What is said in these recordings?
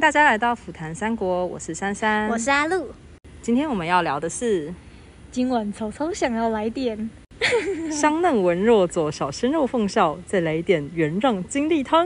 大家来到虎谈三国，我是珊珊， 我是阿露。 今天我们要聊的是今晚曹操想要来点香嫩文弱佐小鲜肉奉孝，再来一点元让精力汤。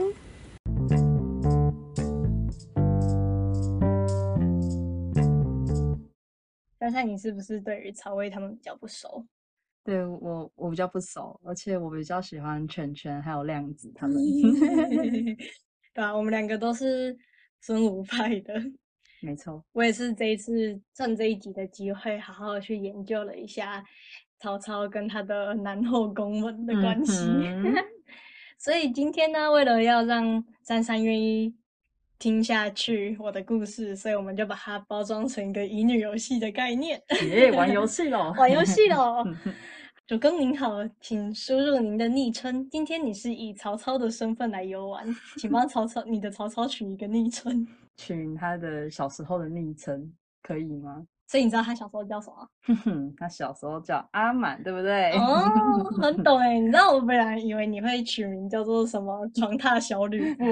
珊珊，你是不是对于曹魏他们比较不熟？ 对，我比较不熟，而且我比较喜欢圈圈还有亮子他们。 对啊，我们两个都是孙吴派的。 没错， 我也是这一次趁这一集的机会，好好的去研究了一下曹操跟他的南后宫们的关系。所以今天呢，为了要让珊珊愿意听下去我的故事，所以我们就把它包装成一个乙女游戏的概念。 玩游戏咯， 玩游戏咯。主公您好，请输入您的昵称。今天你是以曹操的身份来游玩，请帮你的曹操取一个昵称。 取他的小时候的昵称可以吗？ 所以你知道他小时候叫什么？ 他小时候叫阿满，对不对？ 哦，很懂哎。你知道我本来以为你会取名叫做什么床榻小吕布。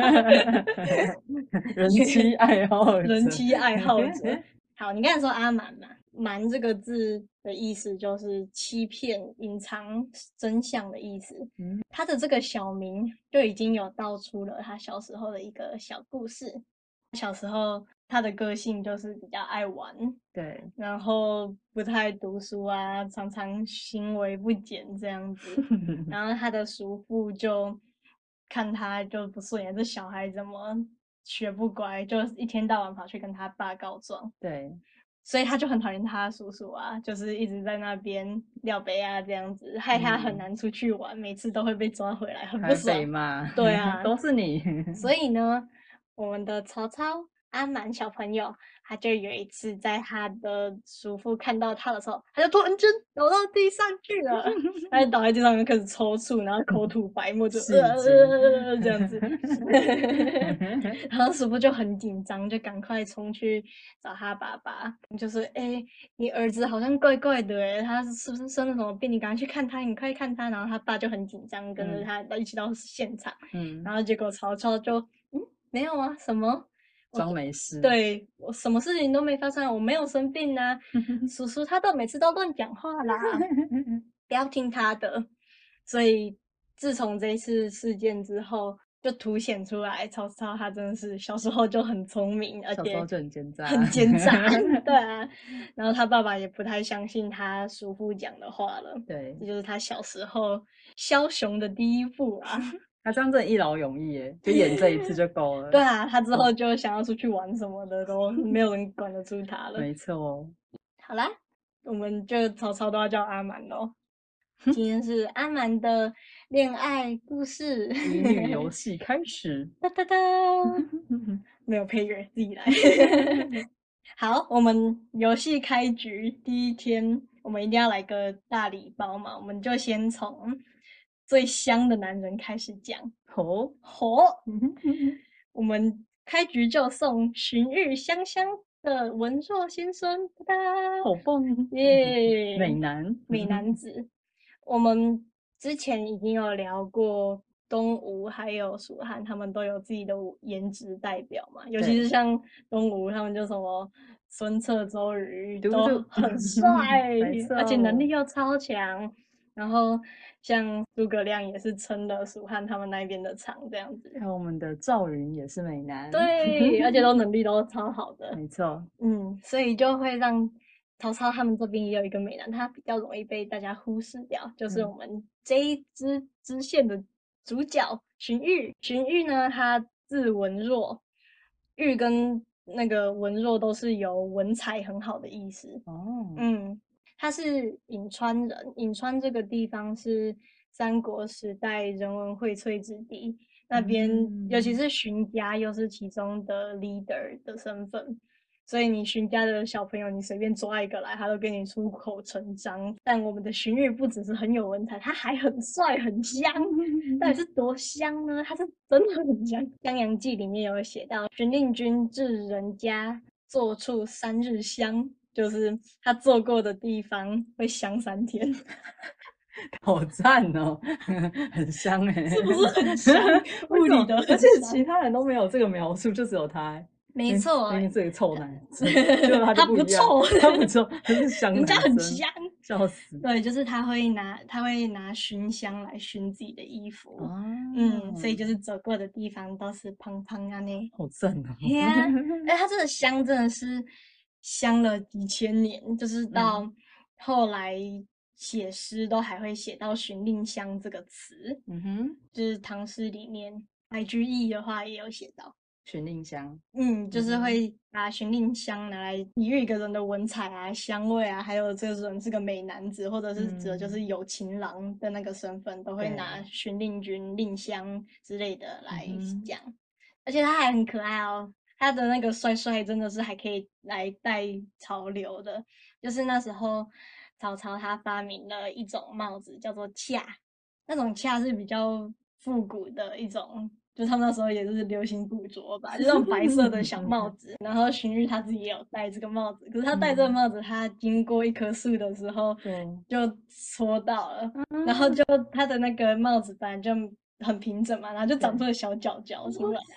人妻爱好者， 人妻爱好者。好，你刚才说阿瞒嘛，瞒这个字的意思就是欺骗、隐藏真相的意思。他的这个小名就已经有道出了他小时候的一个小故事。小时候他的个性就是比较爱玩， 对， 然后不太读书啊，常常行为不检这样子。然后他的叔父就看他就不顺眼，这小孩怎么学不乖，就一天到晚跑去跟他爸告状。 对， 所以他就很讨厌他叔叔啊，就是一直在那边撂杯啊这样子，害他很难出去玩，每次都会被抓回来，很不爽。 嘛， 对啊， 都是你。 所以呢，我们的曹操阿瞒小朋友，他就有一次在他的叔父看到他的时候，他就突然间倒到地上去了，他就倒在地上开始抽搐，然后口吐白沫，就这样子。然后叔父就很紧张，就赶快冲去找他爸爸，就是你儿子好像怪怪的他是不是生了什么病？你赶快去看他，你快看他。然后他爸就很紧张，跟着他一起到现场。然后结果曹操就没有啊，什么装没事， 对，我什么事情都没发生，我没有生病啊。叔叔他每次都乱讲话啦，不要听他的。所以自从这一次事件之后，就凸显出来曹操他真的是小时候就很聪明，而且就很奸诈， 很奸诈。对啊，然后他爸爸也不太相信他叔父讲的话了。 对， 这就是他小时候枭雄的第一步啊。 他这样真的一劳永逸耶，就演这一次就够了。 对啊，他之后就想要出去玩什么的，都没有人管得住他了。 没错。 好啦，我们就曹操都要叫阿瞒咯。今天是阿瞒的恋爱故事， 乙女游戏开始。 哒哒哒，没有配乐，自己来。好，我们游戏开局第一天，我们一定要来个大礼包嘛，我们就先从最香的男人开始讲。我们开局就送荀彧香香的文硕先生，哒哒， 好棒耶！美男子。我们之前已经有聊过东吴还有蜀汉，他们都有自己的颜值代表嘛，尤其是像东吴，他们就什么孙策、周瑜都很帅，而且能力又超强。然后像诸葛亮也是撑了蜀汉他们那边的场这样子。 还有我们的赵云也是美男， 对，而且都能力都超好的。 没错， 所以就会让曹操他们这边也有一个美男，他比较容易被大家忽视掉，就是我们这一支线的主角荀彧。荀彧呢，他字文若，彧跟那个文若都是有文采很好的意思。他是颍川人，颍川这个地方是三国时代人文荟萃之地，那边尤其是荀家又是其中的 leader 的身份，所以你荀家的小朋友，你随便抓一个来，他都跟你出口成章。但我们的荀彧不只是很有文采，他还很帅很香。到底是多香呢？他是真的很香。《襄阳记》里面有写到，荀令君至人家坐处3日香，就是他坐过的地方会香3天。 好赞哦，很香哎、 是不是很香？物为什么理的很而且香。 其他人都没有这个描述，就只有他、欸。 没错， 明明是个臭男生，结果他就他不不一样， 臭， 他不臭，他是香人家男生， 很香。 笑死。 对，就是他会拿熏香来熏自己的衣服， 啊， 所以就是走过的地方都是胖胖啊呢。 好正哦。 对呀，哎，它这个香真的是香了几千年，就是到后来写诗都还会写到“寻令香”这个词。 嗯哼， 就是唐诗里面白居易的话也有写到。 寻令香， 就是会把寻令香拿来比喻一个人的文采啊、香味啊，还有这个人是个美男子，或者是指的就是有情郎的那个身份，都会拿寻令君、令香之类的来讲。而且他还很可爱哦，他的那个帅帅真的是还可以来带潮流的。就是那时候曹操他发明了一种帽子，叫做恰，那种恰是比较复古的一种。就他们那时候也是流行古着吧，就那种白色的小帽子。然后荀彧他自己也有戴这个帽子，可是他戴这个帽子，他经过一棵树的时候就戳到了，然后就他的那个帽子本来就很平整嘛，然后就长出了小角角出来。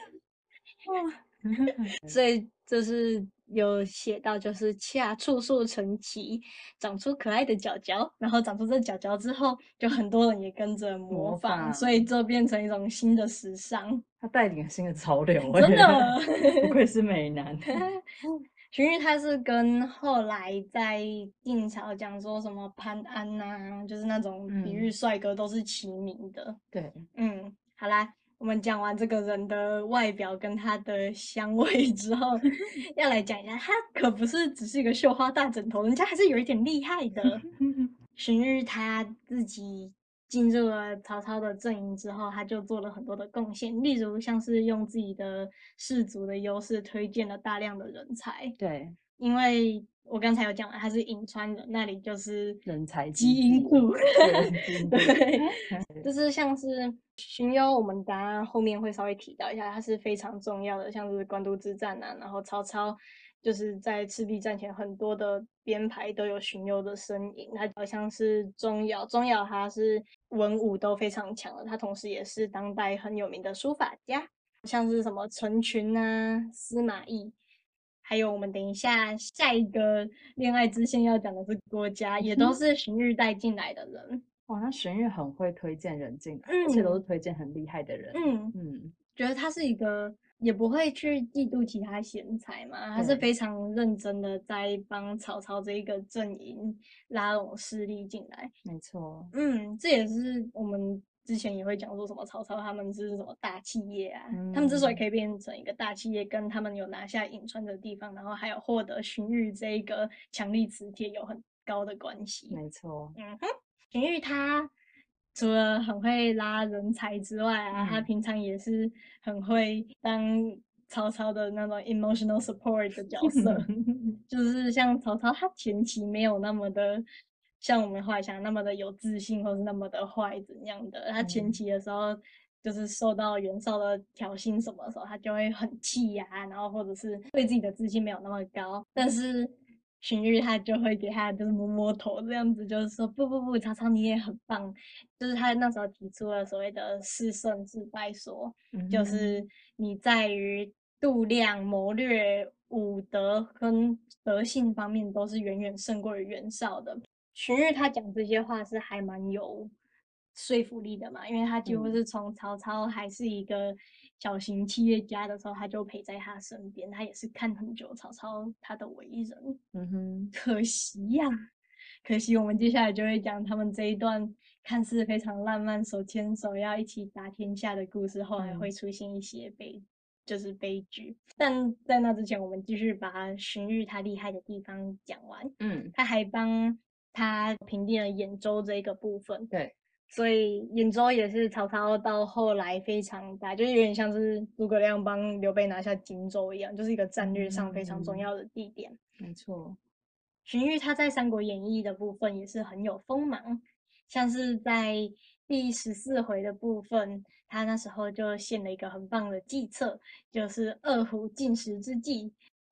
所以就是有写到，就是恰处处成奇，长出可爱的角角，然后长出这角角之后，就很多人也跟着模仿，所以就变成一种新的时尚。 他带领新的潮流、欸， 真的， 不愧是美男。 荀彧他是跟后来在晋朝讲说什么潘安呐、就是那种比喻帅哥都是齐名的。 对， 好啦。我们讲完这个人的外表跟他的香味之后，要来讲一下，他可不是只是一个绣花大枕头，人家还是有一点厉害的。荀彧他自己进入了曹操的阵营之后，他就做了很多的贡献，例如像是用自己的氏族的优势推荐了大量的人才。 对， 因为我刚才有讲了，他是颍川人，那里就是人才基因库。 对， 就是像是荀攸，我们等下后面会稍微提到一下，它是非常重要的，像是官渡之战啊，然后曹操就是在赤壁战前很多的编排都有荀攸的身影。他好像是钟繇，钟繇他是文武都非常强的，他同时也是当代很有名的书法家，像是什么陈群啊、司马懿。还有我们等一下下一个恋爱支线要讲的是郭嘉，也都是荀彧带进来的人。 哇，那荀彧很会推荐人进来，而且都是推荐很厉害的人。 觉得他是一个也不会去嫉妒其他贤才嘛，他是非常认真的在帮曹操这一个阵营拉拢势力进来。 没错， 这也是我们之前也会讲说什么曹操他们是什么大企业啊，他们之所以可以变成一个大企业，跟他们有拿下颍川的地方，然后还有获得荀彧这一个强力磁铁有很高的关系。 没错， 荀彧他除了很会拉人才之外啊，他平常也是很会当曹操的那种 emotional support 的角色。就是像曹操，他前期没有那么的像我们后来想那么的有自信，或是那么的坏怎样的。他前期的时候，就是受到袁绍的挑衅什么的时候，他就会很气呀、然后或者是对自己的自信没有那么高，但是荀彧他就会给他就是摸摸头这样子，就是说不，曹操你也很棒。就是他那时候提出了所谓的士胜智败说，就是你在于度量、谋略、武德跟德性方面都是远远胜过于袁绍的。荀彧他讲这些话是还蛮有说服力的嘛，因为他几乎是从曹操还是一个小型企业家的时候，他就陪在他身边，他也是看很久曹操他的为人。可惜呀、可惜我们接下来就会讲他们这一段看似非常浪漫，手牵手要一起打天下的故事，后来会出现一些就是悲剧。但在那之前，我们继续把荀彧他厉害的地方讲完。他还帮他平定了兖州这一个部分。 对， 所以兖州也是曹操到后来非常大，就是有点像是诸葛亮帮刘备拿下荆州一样，就是一个战略上非常重要的地点。 没错。 荀彧他在《三国演义》的部分也是很有锋芒，像是在第14回的部分，他那时候就献了一个很棒的计策，就是2虎进食之计。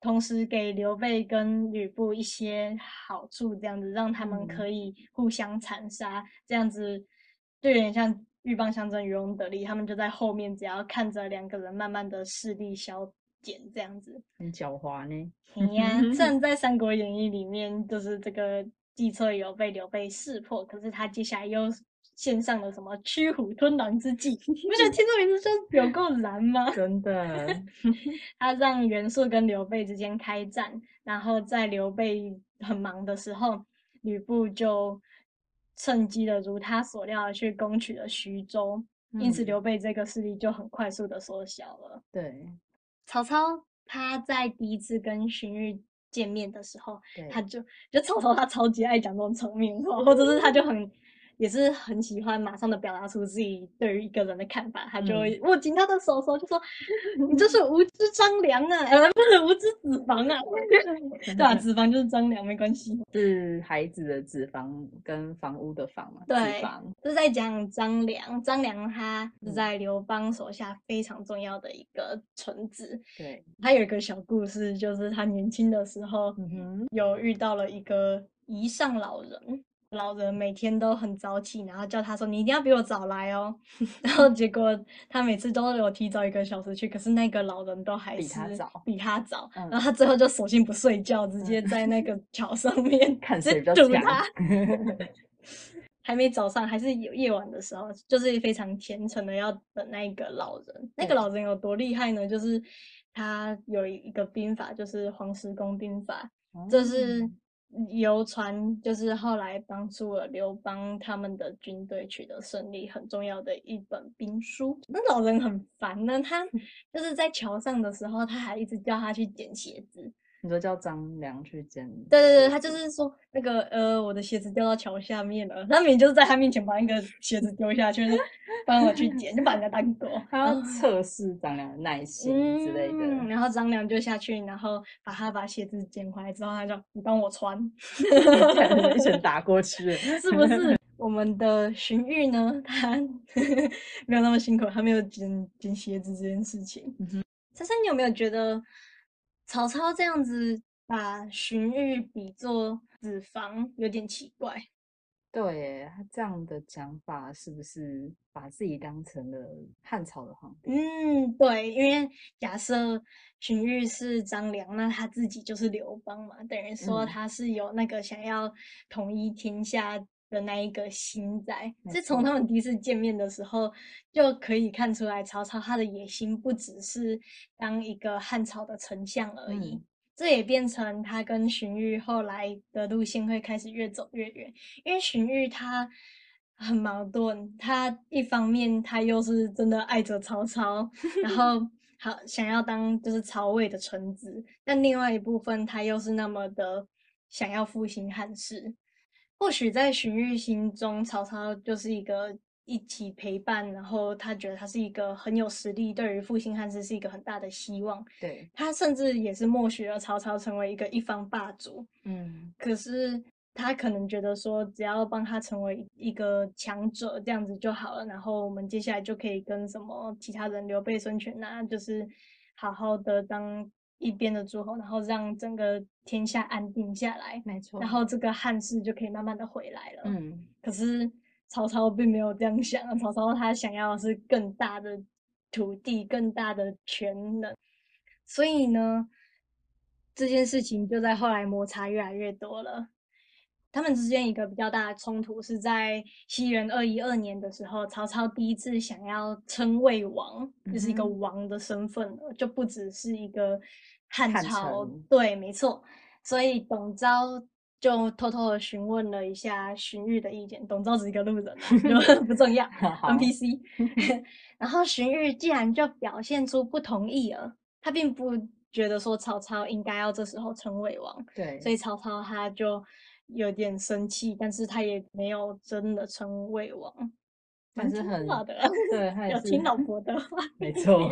同时给刘备跟吕布一些好处，这样子让他们可以互相残杀，这样子就有点像鹬蚌相争，渔翁得利。他们就在后面，只要看着两个人慢慢的势力消减，这样子。 很狡猾呢。 哎呀，虽然在《三国演义》里面，就是这个计策有被刘备识破，可是他接下来又献上了什么驱虎吞狼之计？你不觉得听这名字就有够燃吗？ 真的。 他让袁术跟刘备之间开战，然后在刘备很忙的时候，吕布就趁机的如他所料的去攻取了徐州，因此刘备这个势力就很快速的缩小了。 对， 曹操他在第一次跟荀彧见面的时候， 对他就曹操他超级爱讲这种场面话，或者是他就也是很喜欢马上的表达出自己对于一个人的看法，他就会握紧他的手就说：“你这是无知张良啊，不是无知子房啊，对吧？子房就是张良，没关系。” 是孩子的脂肪跟房屋的房嘛？ 对， 脂肪是在讲张良。张良他是在刘邦手下非常重要的一个臣子。 对， 他有一个小故事，就是他年轻的时候有遇到了一个夷上老人。老人每天都很早起，然后叫他说：“你一定要比我早来哦。”然后结果他每次都有提早1个小时去，可是那个老人都还是比他早。然后他最后就索性不睡觉，直接在那个桥上面看谁比较强。 堵他。还没早上，还是有夜晚的时候，就是非常虔诚的要等那个老人。那个老人有多厉害呢？就是他有一个兵法，就是黄石公兵法，这是流传，就是后来帮助了刘邦他们的军队取得胜利很重要的一本兵书。那老人很烦呢，他就是在桥上的时候，他还一直叫他去捡鞋子。 你说叫张良去捡？ 对对对，他就是说那个我的鞋子掉到桥下面了，他明明就是在他面前把那个鞋子丢下去，帮我去捡，就把人家当狗。 他要测试张良的耐心之类的。 然后张良就下去，然后把鞋子捡回来之后，他就你帮我穿， 一拳打过去， 是不是？我们的荀彧呢，他没有那么辛苦，他没有捡鞋子这件事情。珊珊，你有没有觉得曹操这样子把荀彧比作子房有点奇怪？ 对耶，他这样的讲法是不是把自己当成了汉朝的皇帝？ 对，因为假设荀彧是张良，那他自己就是刘邦嘛，等于说他是有那个想要统一天下的那一个心在。是从他们第一次见面的时候就可以看出来，曹操他的野心不只是当一个汉朝的丞相而已。这也变成他跟荀彧后来的路线会开始越走越远，因为荀彧他很矛盾，他一方面他又是真的爱着曹操，然后好想要当就是曹魏的臣子，但另外一部分他又是那么的想要复兴汉室。或许在荀彧心中，曹操就是一个一起陪伴，然后他觉得他是一个很有实力，对于复兴汉室是一个很大的希望。 对， 他甚至也是默许了曹操成为一个一方霸主。可是他可能觉得说，只要帮他成为一个强者，这样子就好了。然后我们接下来就可以跟什么其他人，刘备、孙权啊，就是好好的当一边的诸侯，然后让整个天下安定下来。 没错。 然后这个汉室就可以慢慢的回来了。可是曹操并没有这样想，曹操他想要的是更大的土地、更大的权能。所以呢，这件事情就在后来摩擦越来越多了。他们之间一个比较大的冲突是在西元212年的时候，曹操第一次想要称魏王，就是一个王的身份了，就不只是一个汉朝。对，没错。所以董昭就偷偷的询问了一下荀彧的意见。董昭只是一个路人啊，就不重要，NPC。然后荀彧既然就表现出不同意了，他并不觉得说曹操应该要这时候称魏王。 对， 所以曹操他就有点生气，但是他也没有真的称魏王。 但是很的， 对，他也有听老婆的话， 没错。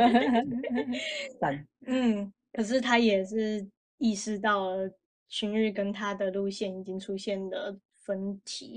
可是他也是意识到了荀彧跟他的路线已经出现了分歧，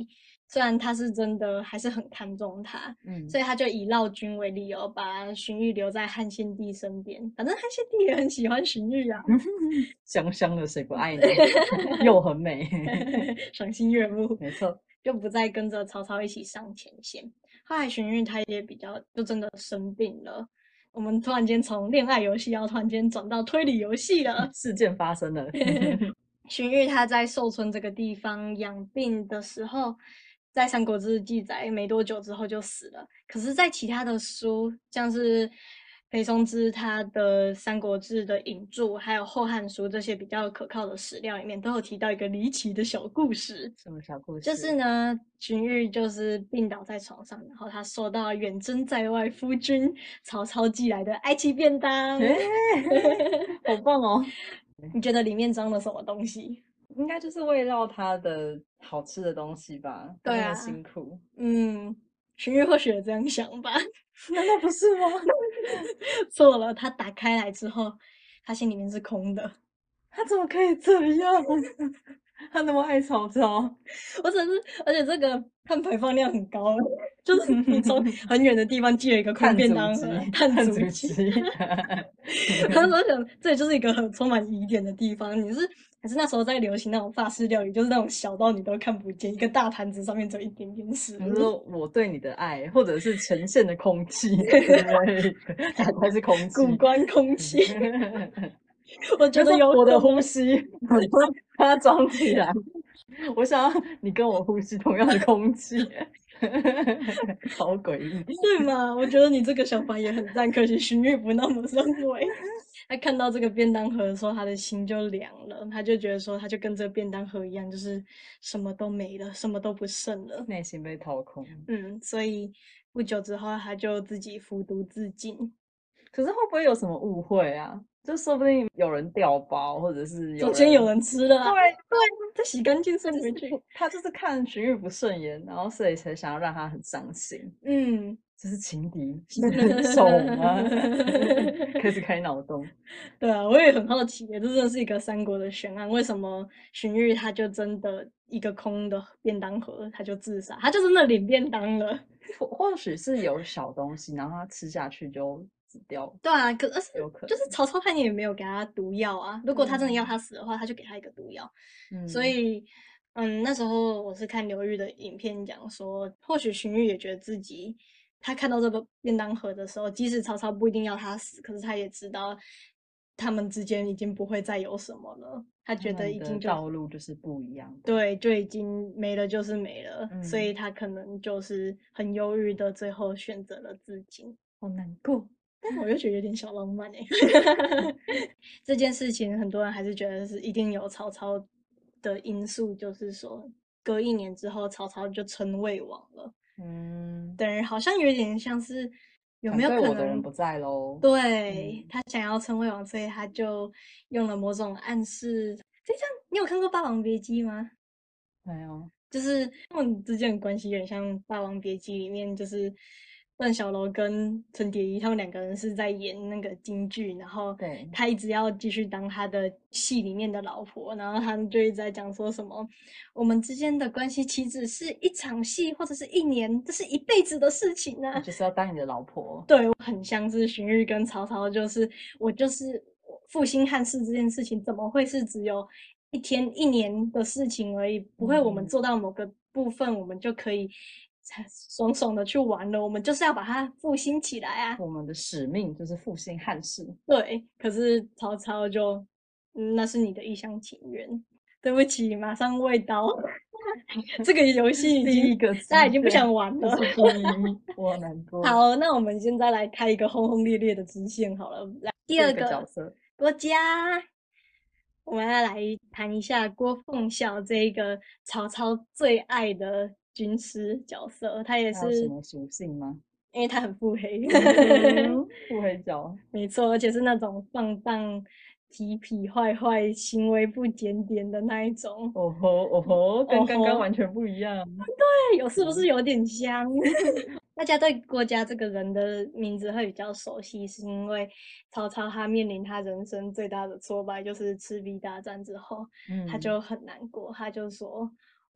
虽然他是真的还是很看重他，所以他就以绕军为理由，把荀彧留在汉献帝身边。反正汉献帝也很喜欢荀彧啊， 香香的谁不爱呢？又很美， 赏心悦目， 没错， 就不再跟着曹操一起上前线。后来荀彧他也比较就真的生病了。我们突然间从恋爱游戏，要突然间转到推理游戏了。 事件发生了。 荀彧他在寿春这个地方养病的时候，在《三国志》记载没多久之后就死了。可是，在其他的书，像是裴松之他的《三国志》的引注，还有《后汉书》这些比较可靠的史料里面，都有提到一个离奇的小故事。 什么小故事？ 就是呢，荀彧就是病倒在床上，然后他收到远征在外夫君曹操寄来的爱妻便当， 好棒哦！ 你觉得里面装了什么东西？ 应该就是为了他的好吃的东西吧？ 对啊， 那么辛苦。 荀彧或许也这样想吧？ 难道不是吗？ 错了，他打开来之后，他心里面是空的。 他怎么可以这样？他那么爱曹操， 而且这个碳排放量很高，就是你从很远的地方寄了一个空便当盒，碳足迹。他说想，这里就是一个很充满疑点的地方。还是那时候在流行那种法式料理，就是那种小到你都看不见，一个大盘子上面只有一点点食物。 你说我对你的爱，或者是呈现的空气，打开是空气， 古关空气。我觉得有我的呼吸，把它装起来。我想要你跟我呼吸同样的空气，好诡异， 对嘛？我觉得你这个想法也很赞，可惜荀彧不那么认为。他看到这个便当盒的时候，他的心就凉了，他就觉得说，他就跟这个便当盒一样，就是什么都没了，什么都不剩了， 内心被掏空。 所以不久之后，他就自己服毒自尽。 可是会不会有什么误会啊？就说不定有人调包，或者是首先有人吃了啊， 对， 再洗干净送回去。 他就是看荀彧不顺眼，然后所以才想要让他很伤心。这是情敌手吗？开始开脑洞。 对啊，我也很好奇耶，这真的是一个三国的悬案，为什么荀彧他就真的一个空的便当盒，他就自杀，他就真的领便当了。 或许是有小东西，然后他吃下去就死掉。 对啊，可是有可能就是曹操他也没有给他毒药啊，如果他真的要他死的话，他就给他一个毒药。所以那时候我是看刘裕的影片讲说，或许荀彧也觉得自己他看到这个便当盒的时候，即使曹操不一定要他死，可是他也知道他们之间已经不会再有什么了。他觉得已经就道路就是不一样的， 对，就已经没了，就是没了。所以他可能就是很忧郁的，最后选择了自尽。 好难过。 但我又觉得有点小浪漫哎。这件事情很多人还是觉得是一定有曹操的因素，就是说隔1年之后，曹操就称魏王了。等于好像有点像是有没有可能我的人不在喽？ 对，他想要称魏王，所以他就用了某种暗示。这样，你有看过《霸王别姬》吗？ 没有， 就是他们之间的关系有点像《霸王别姬》里面，就是段小楼跟陈蝶衣他们2个人是在演那个京剧，然后他一直要继续当他的戏里面的老婆，然后他们就一直在讲说什么我们之间的关系岂止是一场戏或者是1年，这是一辈子的事情啊！ 我就是要当你的老婆。 对，很像是荀彧跟曹操，就是我就是复兴汉室这件事情，怎么会是只有1天1年的事情而已？不会我们做到某个部分，我们就可以爽爽的去玩了。我们就是要把它复兴起来啊！ 我们的使命就是复兴汉室。 对，可是曹操就，那是你的一厢情愿。对不起，马上喂刀。这个游戏已经大家已经不想玩了。 我难过。 好，那我们现在来开一个轰轰烈烈的支线好了。来，第2个角色郭嘉，我们要来谈一下郭奉孝这一个曹操最爱的军师角色。他也是什么属性吗？ 因为他很腹黑， 腹黑角， 没错，而且是那种放荡、痞痞坏坏、行为不检点的那一种。 哦吼，跟刚刚完全不一样。 对，是不是有点像？大家对郭嘉这个人的名字会比较熟悉，是因为曹操他面临他人生最大的挫败，就是赤壁大战之后，他就很难过，他就说：“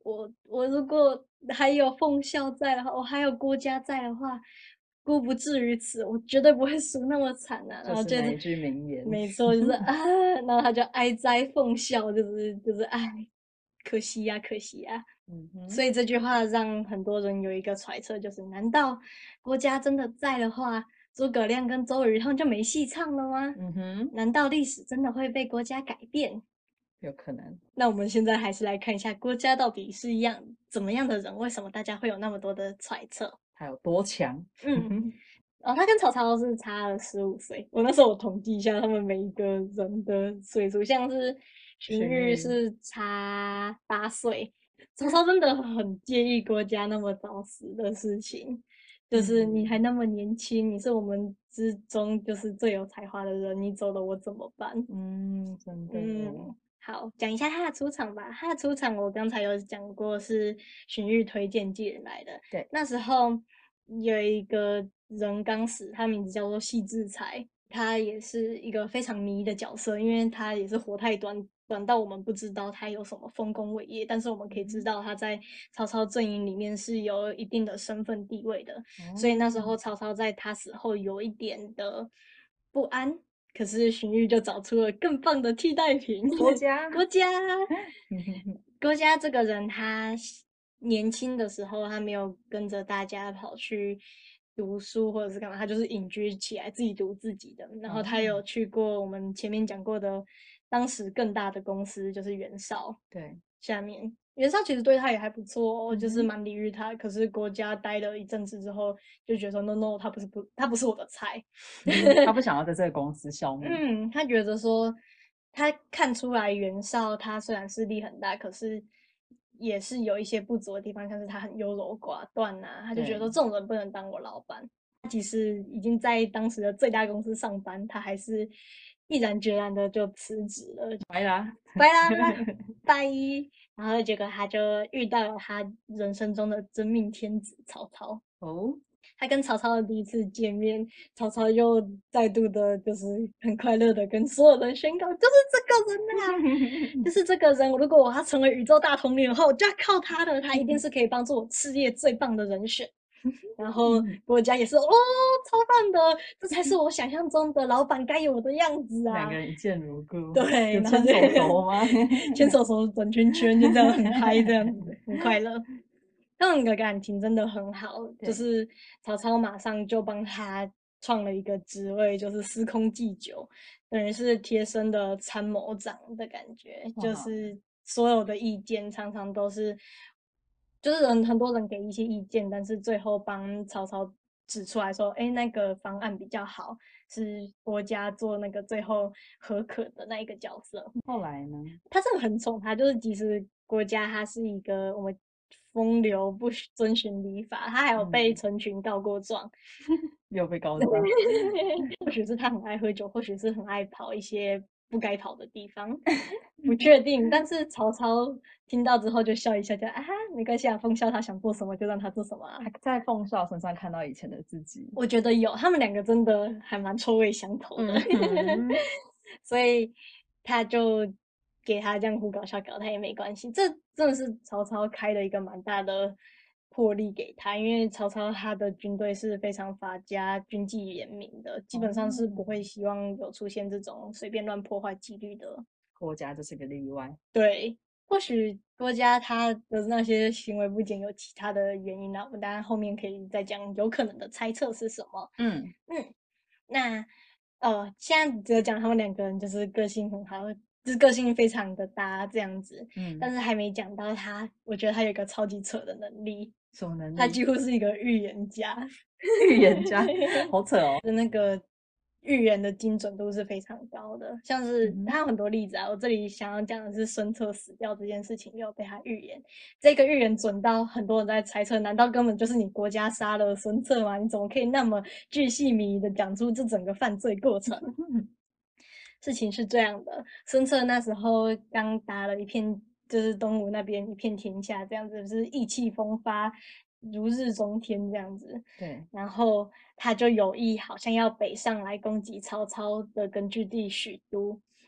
我如果还有奉孝在的话，我还有郭嘉在的话，孤不至于此，我绝对不会输那么惨啊。然后就是那一句名言， 没错，就是啊，然后他就哀哉奉孝，就是哎，可惜呀、可惜呀、所以这句话让很多人有一个揣测，就是难道郭嘉真的在的话，诸葛亮跟周瑜他们就没戏唱了吗？难道历史真的会被郭嘉改变？ 有可能。 那我们现在还是来看一下郭嘉到底是怎么样的人，为什么大家会有那么多的揣测？ 他有多强？ 他跟曹操是差了15岁。我那时候我统计一下他们每一个人的岁数，像是荀彧是差8岁。曹操真的很介意郭嘉那么早死的事情，就是你还那么年轻，你是我们之中就是最有才华的人，你走了我怎么办？ 真的。 好，讲一下他的出场吧。他的出场我刚才有讲过，是荀彧推荐寄人来的。 对， 那时候有一个人刚死，他名字叫做戏志才，他也是一个非常迷的角色，因为他也是活太短，短到我们不知道他有什么丰功伟业，但是我们可以知道他在曹操阵营里面是有一定的身份地位的，所以那时候曹操在他死后有一点的不安。可是荀彧就找出了更棒的替代品， 郭嘉。 郭嘉这个人，他年轻的时候，他没有跟着大家跑去读书或者是干嘛，他就是隐居起来自己读自己的。然后他有去过我们前面讲过的当时更大的公司，就是袁绍。 对， 下面袁绍其实对他也还不错哦，就是蛮礼遇他。可是郭嘉待了一阵子之后，就觉得说 no， 他不是我的菜。 他不想要在这个公司消灭。 他觉得说他看出来袁绍他虽然势力很大，可是也是有一些不足的地方，像是他很优柔寡断啊，他就觉得这种人不能当我老板。他其实已经在当时的最大公司上班，他还是毅然决然的就辞职了， 拜啦， 拜啦，拜。然后结果他就遇到了他人生中的真命天子曹操。他跟曹操的第一次见面，曹操又再度的，就是很快乐的跟所有人宣告，就是这个人啊，就是这个人。如果我要成为宇宙大统领的话，我就要靠他的，他一定是可以帮助我事业最棒的人选。然后郭嘉也是超棒的，这才是我想象中的老板该有的样子啊！ 两个人一见如故， 对， 有牵手手吗？ 牵手手转圈圈，就这样很嗨，这样子很快乐。他们的感情真的很好，就是曹操马上就帮他创了一个职位，就是司空祭酒，等于是贴身的参谋长的感觉，就是所有的意见常常都是，就是很多人给一些意见，但是最后帮曹操指出来说，哎，那个方案比较好，是郭嘉做那个最后合可的那一个角色。 后来呢？ 他真的很宠他，就是即使郭嘉他是一个我们风流不遵循礼法，他还有被成群告过状， 又被告状。 或许是他很爱喝酒，或许是很爱跑一些不该跑的地方，不确定。但是曹操听到之后就笑一笑，就啊没关系啊，奉孝他想做什么就让他做什么啊。 在奉孝身上看到以前的自己， 我觉得有，他们两个真的还蛮臭味相投的，所以他就给他这样胡搞瞎搞，他也没关系。这真的是曹操开了一个蛮大的魄力给他，因为曹操他的军队是非常法家、军纪严明的，基本上是不会希望有出现这种随便乱破坏纪律的。 郭嘉这是个例外。 对，或许郭嘉他的那些行为不检有其他的原因啊，我们当然后面可以再讲有可能的猜测是什么。那现在只有讲他们两个人就是个性很好，就是个性非常的搭这样子。但是还没讲到他，我觉得他有一个超级扯的能力。 什么能力？ 他几乎是一个预言家。 预言家，好扯哦。 那个预言的精准度是非常高的，像是他有很多例子啊。我这里想要讲的是孙策死掉这件事情，又被他预言。这个预言准到很多人在猜测，难道根本就是你国家杀了孙策吗？你怎么可以那么巨细靡遗的讲出这整个犯罪过程？事情是这样的，孙策那时候刚打了一片，就是东吴那边一片天下，这样子就是意气风发，如日中天这样子。 对， 然后他就有意好像要北上来攻击曹操的根据地许都。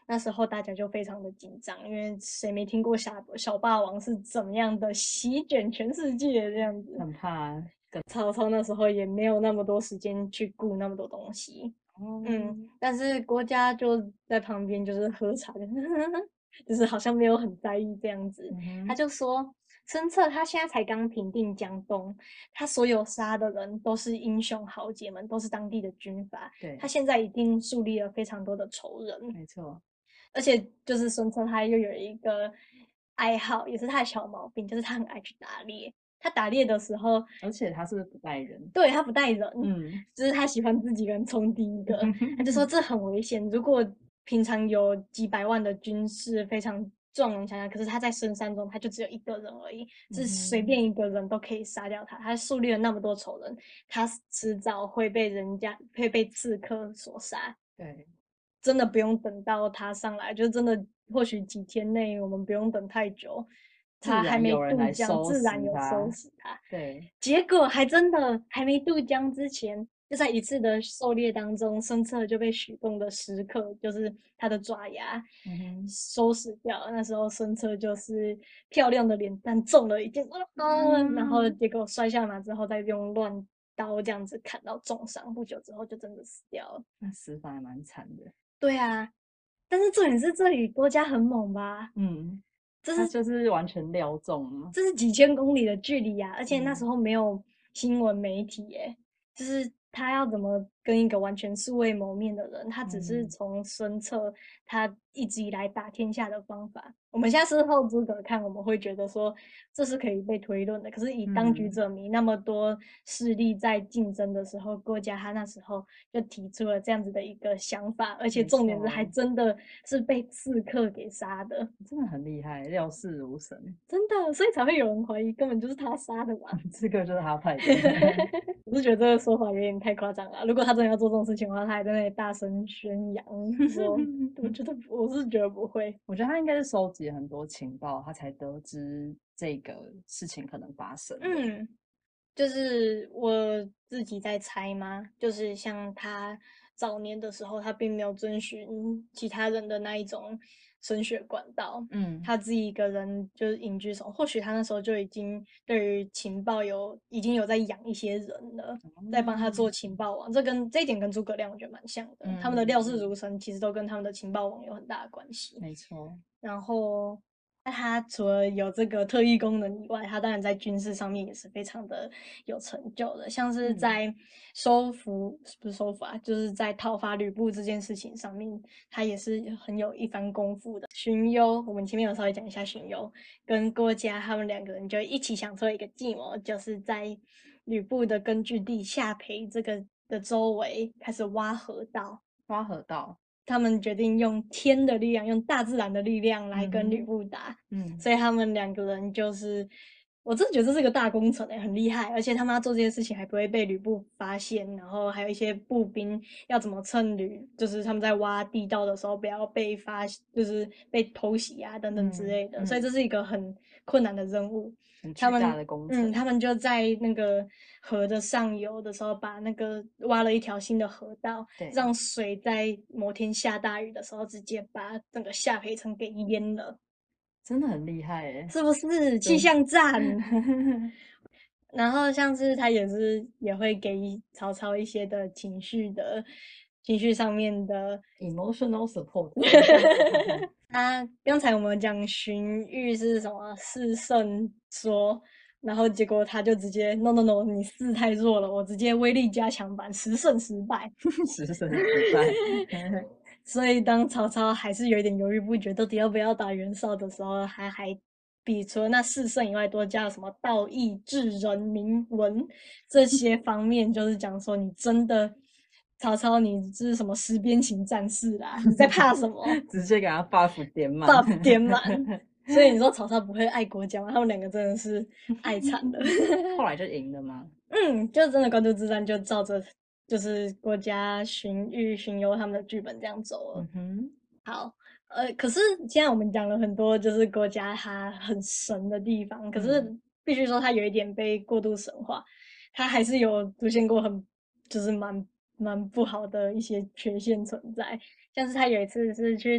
那时候大家就非常的紧张，因为谁没听过小霸王是怎么样的席卷全世界这样子， 很怕。 曹操那时候也没有那么多时间去顾那么多东西。但是郭嘉就在旁边就是喝茶，就是好像没有很在意这样子。他就说，孙策他现在才刚平定江东，他所有杀的人都是英雄豪杰们，都是当地的军阀。 对， 他现在已经树立了非常多的仇人。 没错。 而且就是孙策他又有一个爱好，也是他的小毛病，就是他很爱去打猎。他打猎的时候， 而且他是不是不带人？ 对，他不带人，就是他喜欢自己一个人冲第一个。他就说这很危险，如果平常有几百万的军士非常壮人强大，可是他在深山中他就只有一个人而已，是随便一个人都可以杀掉他。他树立了那么多仇人，他迟早会被刺客所杀。 对， 真的不用等到他上来，就真的或许几天内，我们不用等太久，他还没渡江，自然有收拾他。 对， 结果还真的还没渡江之前，就在一次的狩猎当中，孙策就被许贡的食客，就是他的爪牙，收拾掉。那时候孙策就是漂亮的脸蛋中了一箭，然后结果摔下马之后，再用乱刀这样子砍到重伤，不久之后就真的死掉了。 那死法还蛮惨的。 对啊，但是重点是这里郭嘉很猛吧？ 他就是完全料中了， 这是几千公里的距离啊，而且那时候没有新闻媒体耶，就是他要怎么跟一个完全素未谋面的人，他只是从孙策他一直以来打天下的方法，我们现在事后诸葛看，我们会觉得说这是可以被推论的，可是以当局者迷那么多势力在竞争的时候，郭嘉他那时候就提出了这样子的一个想法，而且重点是还真的是被刺客给杀的， 真的很厉害，料事如神， 真的，所以才会有人怀疑根本就是他杀的嘛。 这个就是他派的。 我是觉得这个说法有点太夸张了。如果他真的要做这种事情的话，他还在那里大声宣扬说，我是觉得不会。 我觉得他应该是收集很多情报，他才得知这个事情可能发生。 就是我自己在猜嘛，就是像他早年的时候，他并没有遵循其他人的那一种升学管道，他自己一个人就是隐居什么，或许他那时候就已经对于情报已经有在养一些人了，在帮他做情报网，这一点跟诸葛亮我觉得蛮像的，他们的料事如神，其实都跟他们的情报网有很大的关系。 没错， 然后。那他除了有这个特异功能以外，他当然在军事上面也是非常的有成就的，像是在不是收服啊，就是在讨伐吕布这件事情上面，他也是很有一番功夫的。荀攸，我们前面有稍微讲一下荀攸跟郭嘉他们两个人就一起想出了一个计谋，就是在吕布的根据地下邳这个的周围开始挖河道。他们决定用天的力量，用大自然的力量来跟吕布打。所以他们两个人就是，我真的觉得这是个大工程很厉害。而且他们要做这些事情还不会被吕布发现，然后还有一些步兵要怎么趁就是他们在挖地道的时候不要被就是被偷袭啊等等之类的。所以这是一个很困难的任务。 很巨大的工程。 他们就在那个河的上游的时候，把那个挖了一条新的河道，让水在某天下大雨的时候，直接把整个下邳城给淹了。 真的很厉害耶， 是不是气象站？然后像是他也会给曹操一些的情绪上面的 emotional support。 刚才我们讲荀彧是什么4胜说，然后结果他就直接 no， 你4太弱了，我直接威力加强版10胜10败 10胜10败。 所以当曹操还是有一点犹豫不决，到底要不要打袁绍的时候，还比除了那4胜以外，多加了什么道义、智仁、明文这些方面，就是讲说你真的。曹操，你这是什么十边形战士啦？你在怕什么？ 直接给他 buff 点满 ，buff 点满。所以你说曹操不会爱国家吗？他们两个真的是爱惨了。 后来就赢了吗？ 就真的官渡之战就照着就是郭嘉、荀彧、荀攸他们的剧本这样走了。好，可是现在我们讲了很多，就是郭嘉他很神的地方，可是必须说他有一点被过度神化，他还是有出现过就是蛮不好的一些缺陷存在，像是他有一次是去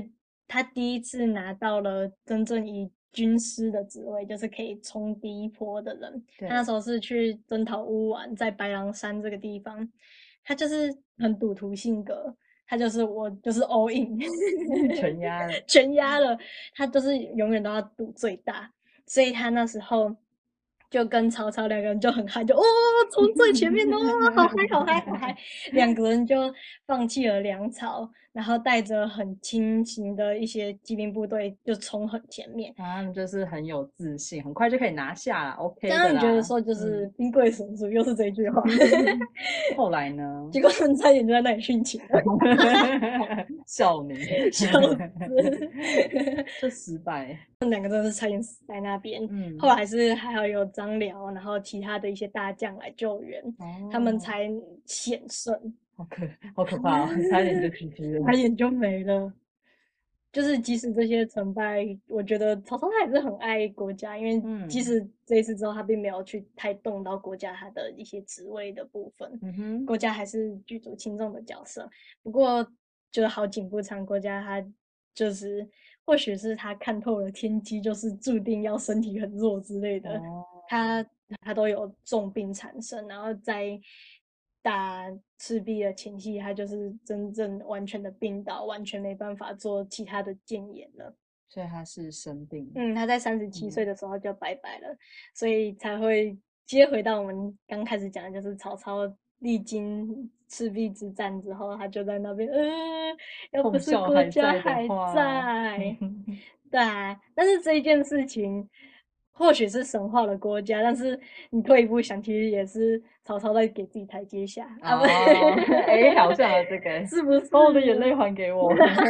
他第一次拿到了真正以军师的职位，就是可以冲第一波的人。他那时候是去征讨乌丸，在白狼山这个地方，他就是很赌徒性格，他就是我就是 all in 全压了， 全压了，他就是永远都要赌最大，所以他那时候就跟曹操两个人就很嗨，就从最前面好嗨好嗨好嗨，两个人就放弃了粮草，然后带着很轻型的一些骑兵部队就冲很前面， 他们就是很有自信，很快就可以拿下了 ，OK 的啦。 刚刚你觉得说就是兵贵神速，又是这句话。 后来呢？ 结果他们差点就在那里殉情了， 笑你， 笑死， 就失败。 他们两个真的是差点死在那边。后来还好有张辽，然后其他的一些大将来救援，他们才险胜。 好可怕哦！差点就 GG 了， 差点就没了。就是即使这些成败，我觉得曹操他也是很爱国家，因为即使这一次之后他并没有去太动到国家他的一些职位的部分，国家还是举足轻重的角色。不过就是好景不长，国家他就是或许是他看透了天机，就是注定要身体很弱之类的，他都有重病缠身，然后在打赤壁的前夕，他就是真正完全的病倒，完全没办法做其他的谏言了。 所以他是生病。 他在37岁的时候就拜拜了，所以才会接回到我们刚开始讲的，就是曹操历经赤壁之战之后，他就在那边，要不是国家还在，对啊，但是这一件事情。或许是神化了国家，但是你退一步想，其实也是曹操在给自己台阶下啊！不， 好像有这个， 是不是？ 把我的眼泪还给我。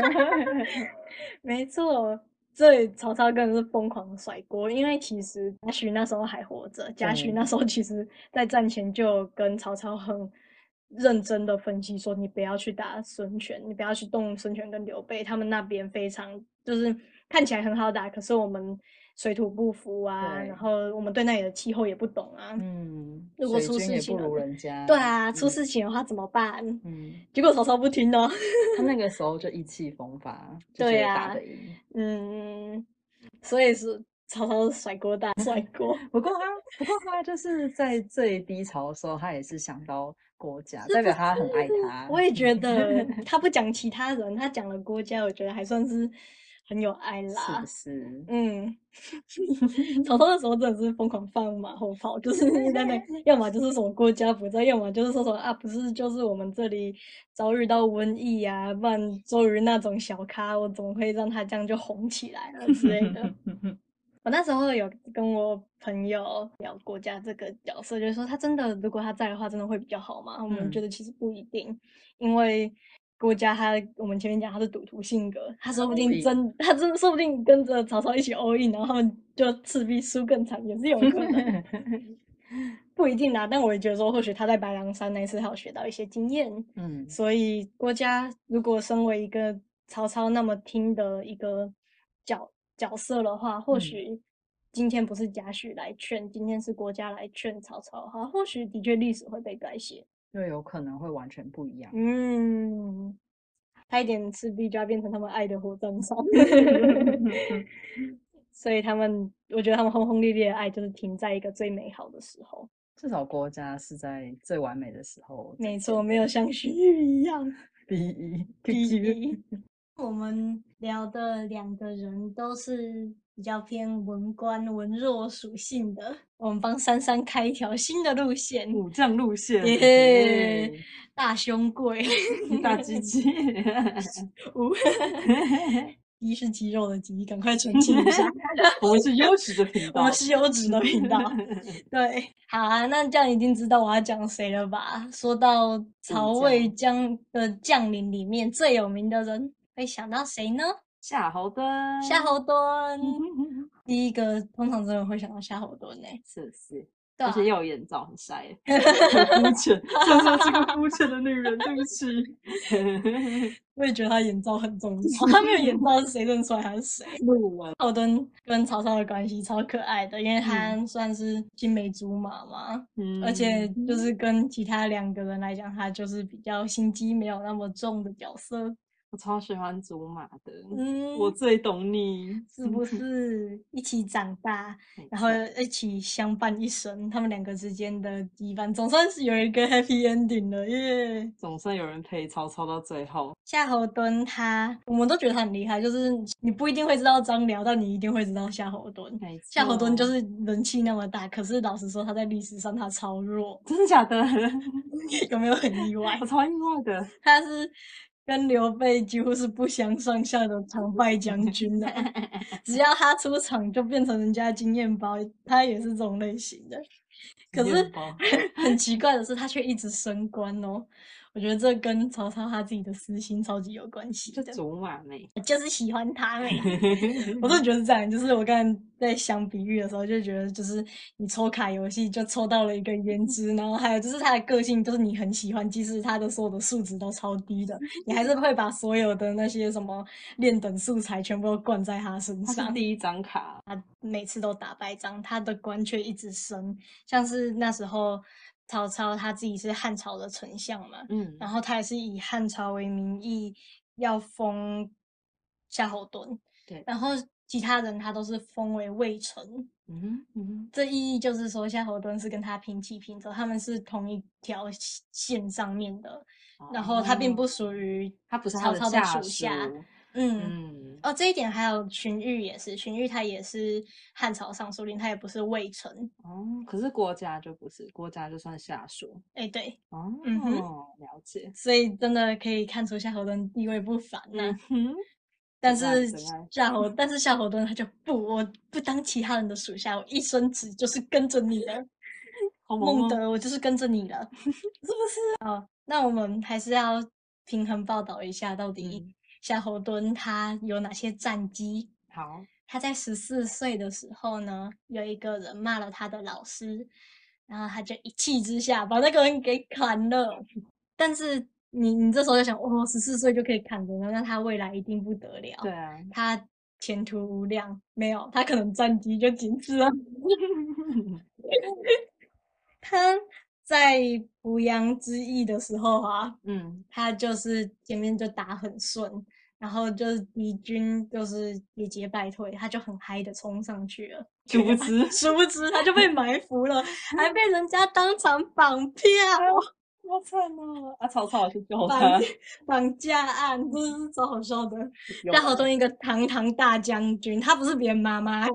没错，所以曹操更是疯狂的甩锅，因为其实贾诩那时候还活着，贾诩那时候其实在战前就跟曹操很认真的分析说，你不要去打孙权，你不要去动孙权跟刘备，他们那边非常就是看起来很好打，可是我们水土不服啊，然后我们对那里的气候也不懂啊。如果出事情了，对啊，出事情的话怎么办？结果曹操不听哦， 他那个时候就意气风发， 对啊， 打得赢。 所以是曹操甩锅大甩锅。 不过他就是在最低潮的时候，他也是想到国家，代表他很爱他。 我也觉得他不讲其他人，他讲了国家，我觉得还算是很有爱啦。 是。 曹操的时候真的是疯狂放马后炮，就是在那，要么就是什么国家不在，要么就是说什么啊，不是就是我们这里遭遇到瘟疫啊，不然周瑜那种小咖，我怎么会让他这样就红起来了之类的。我那时候有跟我朋友聊国家这个角色，就是说他真的如果他在的话，真的会比较好吗？我们觉得其实不一定，因为国家我们前面讲他是赌徒性格，他说不定说不定跟着曹操一起 all in，然后他们就赤壁输更惨，也是有可能。不一定啊，但我也觉得说，或许他在白狼山那次还有学到一些经验。所以国家如果身为一个曹操那么听的一个角色的话，或许今天不是贾诩来劝，今天是国家来劝曹操的话，或许的确历史会被改写， 就有可能会完全不一样。 差一点赤壁就要变成他们爱的火葬场。所以我觉得他们轰轰烈烈的爱就是停在一个最美好的时候。 至少国家是在最完美的时候。 没错，没有像荀彧一样。 第一。 我们聊的两个人都是比较偏文官文弱属性的，我们帮珊珊开一条新的路线， 武将路线， 大胸贵， 大鸡鸡， 鸡是肌肉的鸡，赶快澄清一下。 我们是优质的频道， 我们是优质的频道。对，好啊，那这样已经知道我要讲谁了吧？说到曹魏的将领里面最有名的人，会想到谁呢？ 夏侯惇。 夏侯惇，第一个通常真的会想到夏侯惇欸。 是。 对啊， 而且要有眼罩，很晒。肤浅，珊珊是个肤浅的女人，对不起。 我也觉得他眼罩很重要，他没有眼罩是谁认出来他是谁？夏侯惇跟曹操的关系超可爱的，因为他算是青梅竹马嘛，而且就是跟其他两个人来讲，他就是比较心机没有那么重的角色。 我超喜欢竹马的，我最懂你， 是不是？一起长大，然后一起相伴一生，他们两个之间的羁绊总算是有一个 happy ending 了耶！ 总算有人陪曹操到最后。 夏侯惇我们都觉得他很厉害，就是你不一定会知道张辽，但你一定会知道夏侯惇。夏侯惇就是人气那么大，可是老实说，他在历史上他超弱。 真的假的？ 有没有很意外？ 我超意外的。 他是跟刘备几乎是不相上下的常败将军的，只要他出场就变成人家经验包，他也是这种类型的。可是很奇怪的是，他却一直升官哦。我觉得这跟曹操他自己的私心超级有关系的。 就竹马妹， 就是喜欢他妹。我真的觉得是这样，就是我刚才在想比喻的时候，就觉得就是你抽卡游戏就抽到了一个胭脂，然后还有就是他的个性，就是你很喜欢，即使他的所有的数值都超低的，你还是会把所有的那些什么练等素材全部都灌在他身上。 他是第一张卡， 他每次都打败仗，他的官却一直升，像是那时候曹操他自己是汉朝的丞相嘛，然后他也是以汉朝为名义要封夏侯惇，对，然后其他人他都是封为魏臣，这意义就是说夏侯惇是跟他平起平坐，他们是同一条线上面的，然后他并不属于曹操的属下。这一点还有荀彧也是，荀彧他也是汉朝尚书令，他也不是魏臣哦。可是郭嘉就不是，郭嘉就算下属。 对， 了解。 所以真的可以看出夏侯惇地位不凡呐。但是夏侯惇他就我不当其他人的属下，我一生只就是跟着你了。孟德，我就是跟着你了，是不是？那我们还是要平衡报道一下，到底夏侯惇他有哪些战绩？ 好， 他在14岁的时候呢，有一个人骂了他的老师，然后他就一气之下把那个人给砍了。但是你这时候就想，14岁就可以砍人了，那他未来一定不得了。 对啊， 他前途无量。没有，他可能战绩就仅此了。他在濮阳之役的时候啊，他就是前面就打很顺，然后就是敌军就是节节败退，他就很嗨的冲上去了，殊不知他就被埋伏了，还被人家当场绑票。 好惨哦！曹操去救他， 绑架案，真的是超好笑的。夏侯惇一个堂堂大将军，他不是别人妈妈。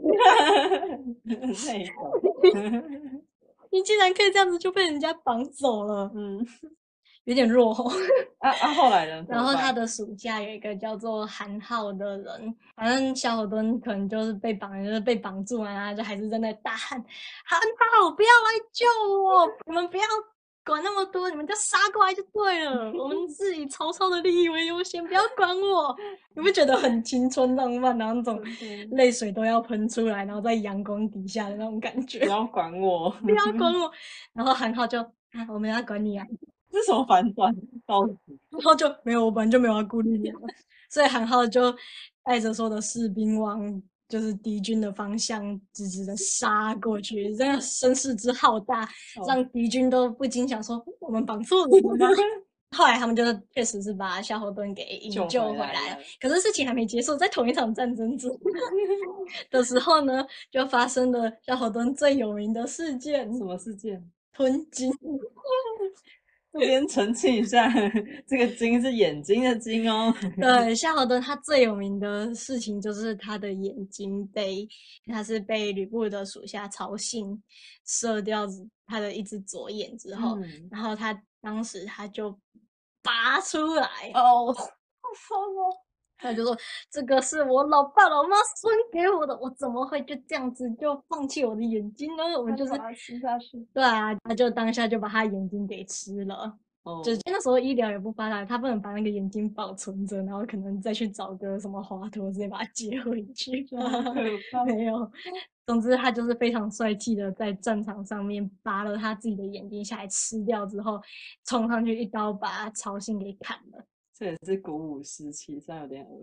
你竟然可以这样子就被人家绑走了，有点弱吼。 后来呢？ 然后他的属下有一个叫做韩浩的人，反正夏侯惇可能就是被绑住啊，就还是在那大喊：“韩浩，不要来救我！你们不要管那么多，你们就杀过来就对了。我们是以曹操的利益为优先，不要管我。”你不觉得很青春浪漫，然后那种泪水都要喷出来，然后在阳光底下的那种感觉？ 不要管我， 不要管我。然后韩浩就我们要管你啊。 这是什么反转？ 然后就没有，我本来就没有要顾虑你了，所以韩浩就带着所有的士兵往就是敌军的方向直直的杀过去，这样声势之浩大，让敌军都不禁想说我们绑错人了吗？后来他们就确实是把夏侯惇给营救回来了，可是事情还没结束，在同一场战争中的时候呢，就发生了夏侯惇最有名的事件。 什么事件？ 吞金。 这边澄清一下，这个金是眼睛的金哦。 对，夏侯惇他最有名的事情就是他的眼睛他是被吕布的属下曹信射掉他的一只左眼之后，然后他当时他就拔出来哦，他就说这个是我老爸老妈生给我的，我怎么会就这样子就放弃我的眼睛呢？我们就是把它吃下去。 对啊，他就当下就把他眼睛给吃了。就那时候医疗也不发达，他不能把那个眼睛保存着，然后可能再去找个什么华佗直接把它接回去。没有，总之他就是非常帅气的在战场上面拔了他自己的眼睛下来吃掉之后，冲上去一刀把曹信给砍了。 这也是鼓舞士气，虽然有点恶。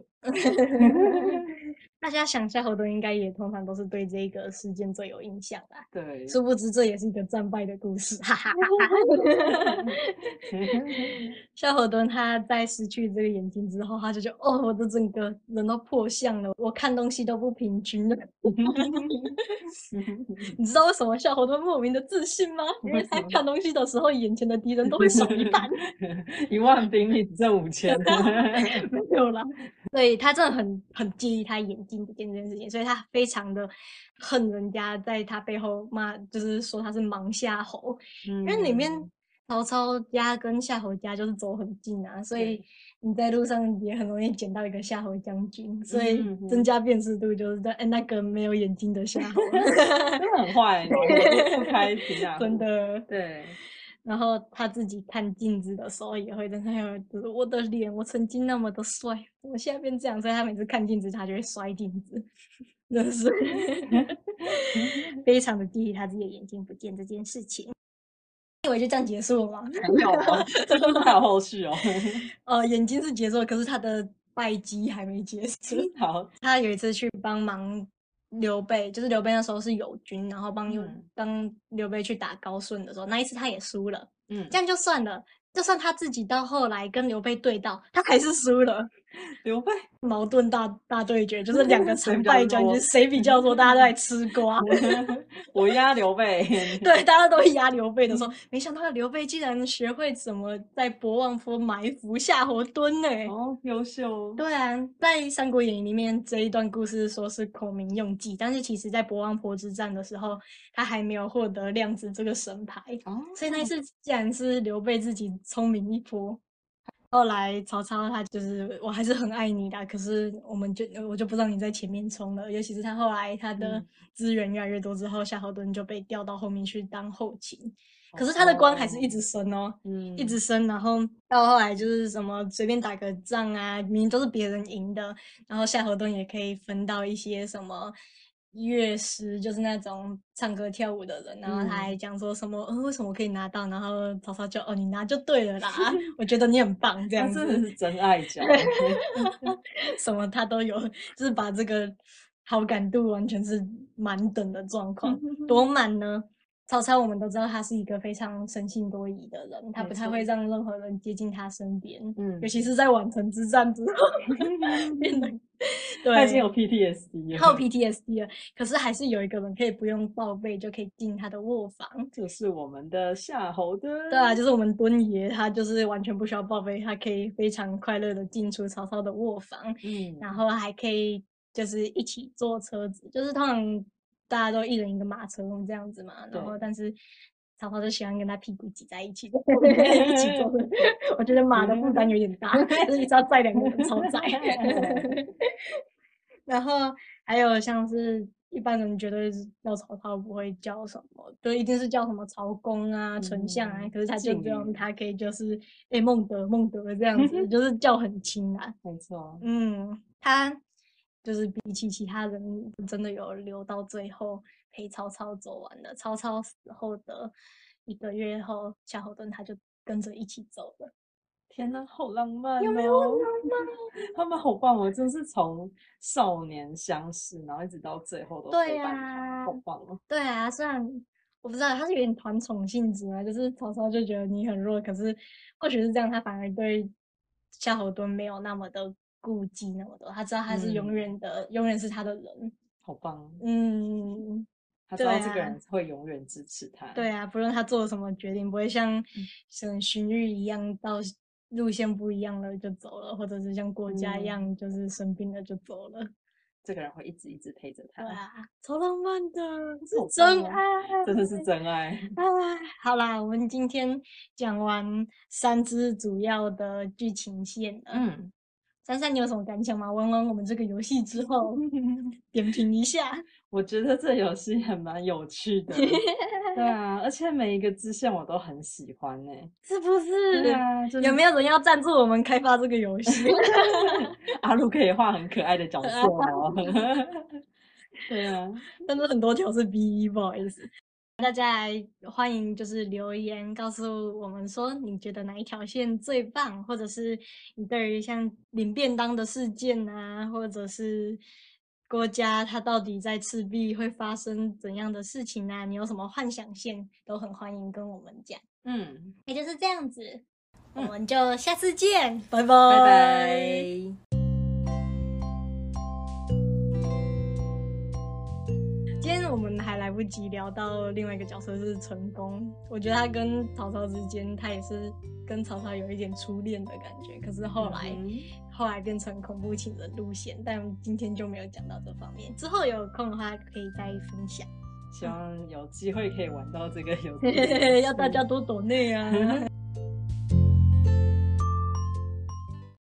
大家想夏侯惇应该也通常都是对这个事件最有印象啦。 对， 殊不知这也是一个战败的故事，哈哈哈哈。夏侯惇他在失去这个眼睛之后，他就觉得哦，我的整个人都破相了，我看东西都不平均了。你知道为什么夏侯惇莫名的自信吗？因为他看东西的时候，眼前的敌人都会少一半。 10000兵力只剩5000， 没有啦。所以他真的很介意他眼睛不见这件事情，所以他非常的恨人家在他背后骂，就是说他是盲夏侯。因为里面曹操家跟夏侯家就是走很近啊，所以你在路上也很容易捡到一个夏侯将军，所以增加辨识度，就是在那个没有眼睛的夏侯， 真的很坏，不开心啊， 真的。 对。 然后他自己看镜子的时候也会真的有，就是我的脸，我曾经那么的帅，我现在变这样，所以他每次看镜子，他就会摔镜子，真的是非常的介意他自己的眼睛不见这件事情。以为就这样结束了吗？ 没有啊，这故事还有后续哦。 眼睛是结束了，可是他的败绩还没结束。 好， 他有一次去帮忙刘备，就是刘备那时候是友军，然后帮刘备去打高顺的时候，那一次他也输了。这样就算了，就算他自己到后来跟刘备对到，他还是输了。 刘备矛盾大对决，就是两个常败将军，谁比较多，大家都在吃瓜。 我压刘备， 对，大家都压刘备的时候，没想到刘备竟然学会怎么在博望坡埋伏夏侯惇呢？ 哦，优秀。 对啊，在《三国演义》里面这一段故事说是孔明用计，但是其实在博望坡之战的时候，他还没有获得量子这个神牌，所以那一次竟然是刘备自己聪明一波。后来曹操他就是我还是很爱你的，可是我就不让你在前面冲了，尤其是他后来他的资源越来越多之后，夏侯惇就被调到后面去当后勤，可是他的官还是一直升哦，一直升，然后到后来就是什么随便打个仗啊，明明都是别人赢的，然后夏侯惇也可以分到一些什么乐师，就是那种唱歌跳舞的人，然后他还讲说什么，为什么可以拿到？然后曹操就你拿就对了啦，我觉得你很棒，这样子。 真的是真爱角， 什么他都有，就是把这个好感度完全是满等的状况，多满呢？曹操我们都知道他是一个非常生性多疑的人，他不太会让任何人接近他身边，尤其是在宛城之战之后变得对， 他已经有 PTSD 了， 他有 PTSD 了，可是还是有一个人可以不用报备就可以进他的卧房， 就是我们的夏侯惇。 对啊，就是我们敦爷，他就是完全不需要报备，他可以非常快乐的进出曹操的卧房，然后还可以就是一起坐车子，就是通常大家都一人一个马车这样子嘛，然后但是曹操就喜欢跟他屁股挤在一起的一起坐的，我觉得马的负担有点大，就是一直要载2个人超载。然后还有像是一般人绝对是叫曹操不会叫什么，就一定是叫什么曹公啊、丞相啊，可是他就这样，他可以就是孟德这样子，就是叫很轻啊。 没错， 他就是比起其他人，真的有留到最后陪曹操走完了。曹操死后的1个月后，夏侯惇他就跟着一起走了。 天哪，好浪漫哦！ 有没有很浪漫？ 他们好棒哦，真是从少年相识，然后一直到最后都陪伴他，好棒哦！ 对啊，虽然我不知道他是有点团宠性质嘛，就是曹操就觉得你很弱，可是或许是这样，他反而对夏侯惇没有那么的顾忌那么多，他知道他是永远是他的人， 好棒。他知道这个人会永远支持他。 对啊，不论他做了什么决定，不会像沈荀彧一样到路线不一样了就走了，或者是像郭嘉一样就是生病了就走了。 这个人会一直陪着他。 对啊，超浪漫的，是真爱， 真的是真爱。 好啦，我们今天讲完3支主要的剧情线了。珊珊，你有什么感想吗？玩完我们这个游戏之后，点评一下。 我觉得这游戏还蛮有趣的，对啊，而且每一个支线我都很喜欢呢， 是不是？ 对啊， 有没有人要赞助我们开发这个游戏？ 阿路可以画很可爱的角色哦。对啊， 但是很多条是 BE，不好意思。 大家来欢迎就是留言告诉我们说你觉得哪一条线最棒，或者是你对于像领便当的事件啊，或者是国家它到底在赤壁会发生怎样的事情啊，你有什么幻想线都很欢迎跟我们讲。也就是这样子，我们就下次见，拜拜拜拜。 今天我们还来不及聊到另外一个角色是陈宫，我觉得他跟曹操之间，他也是跟曹操有一点初恋的感觉，可是后来变成恐怖情人路线，但今天就没有讲到这方面，之后有空的话可以再分享。 希望有机会可以玩到这个有要大家多抖内啊。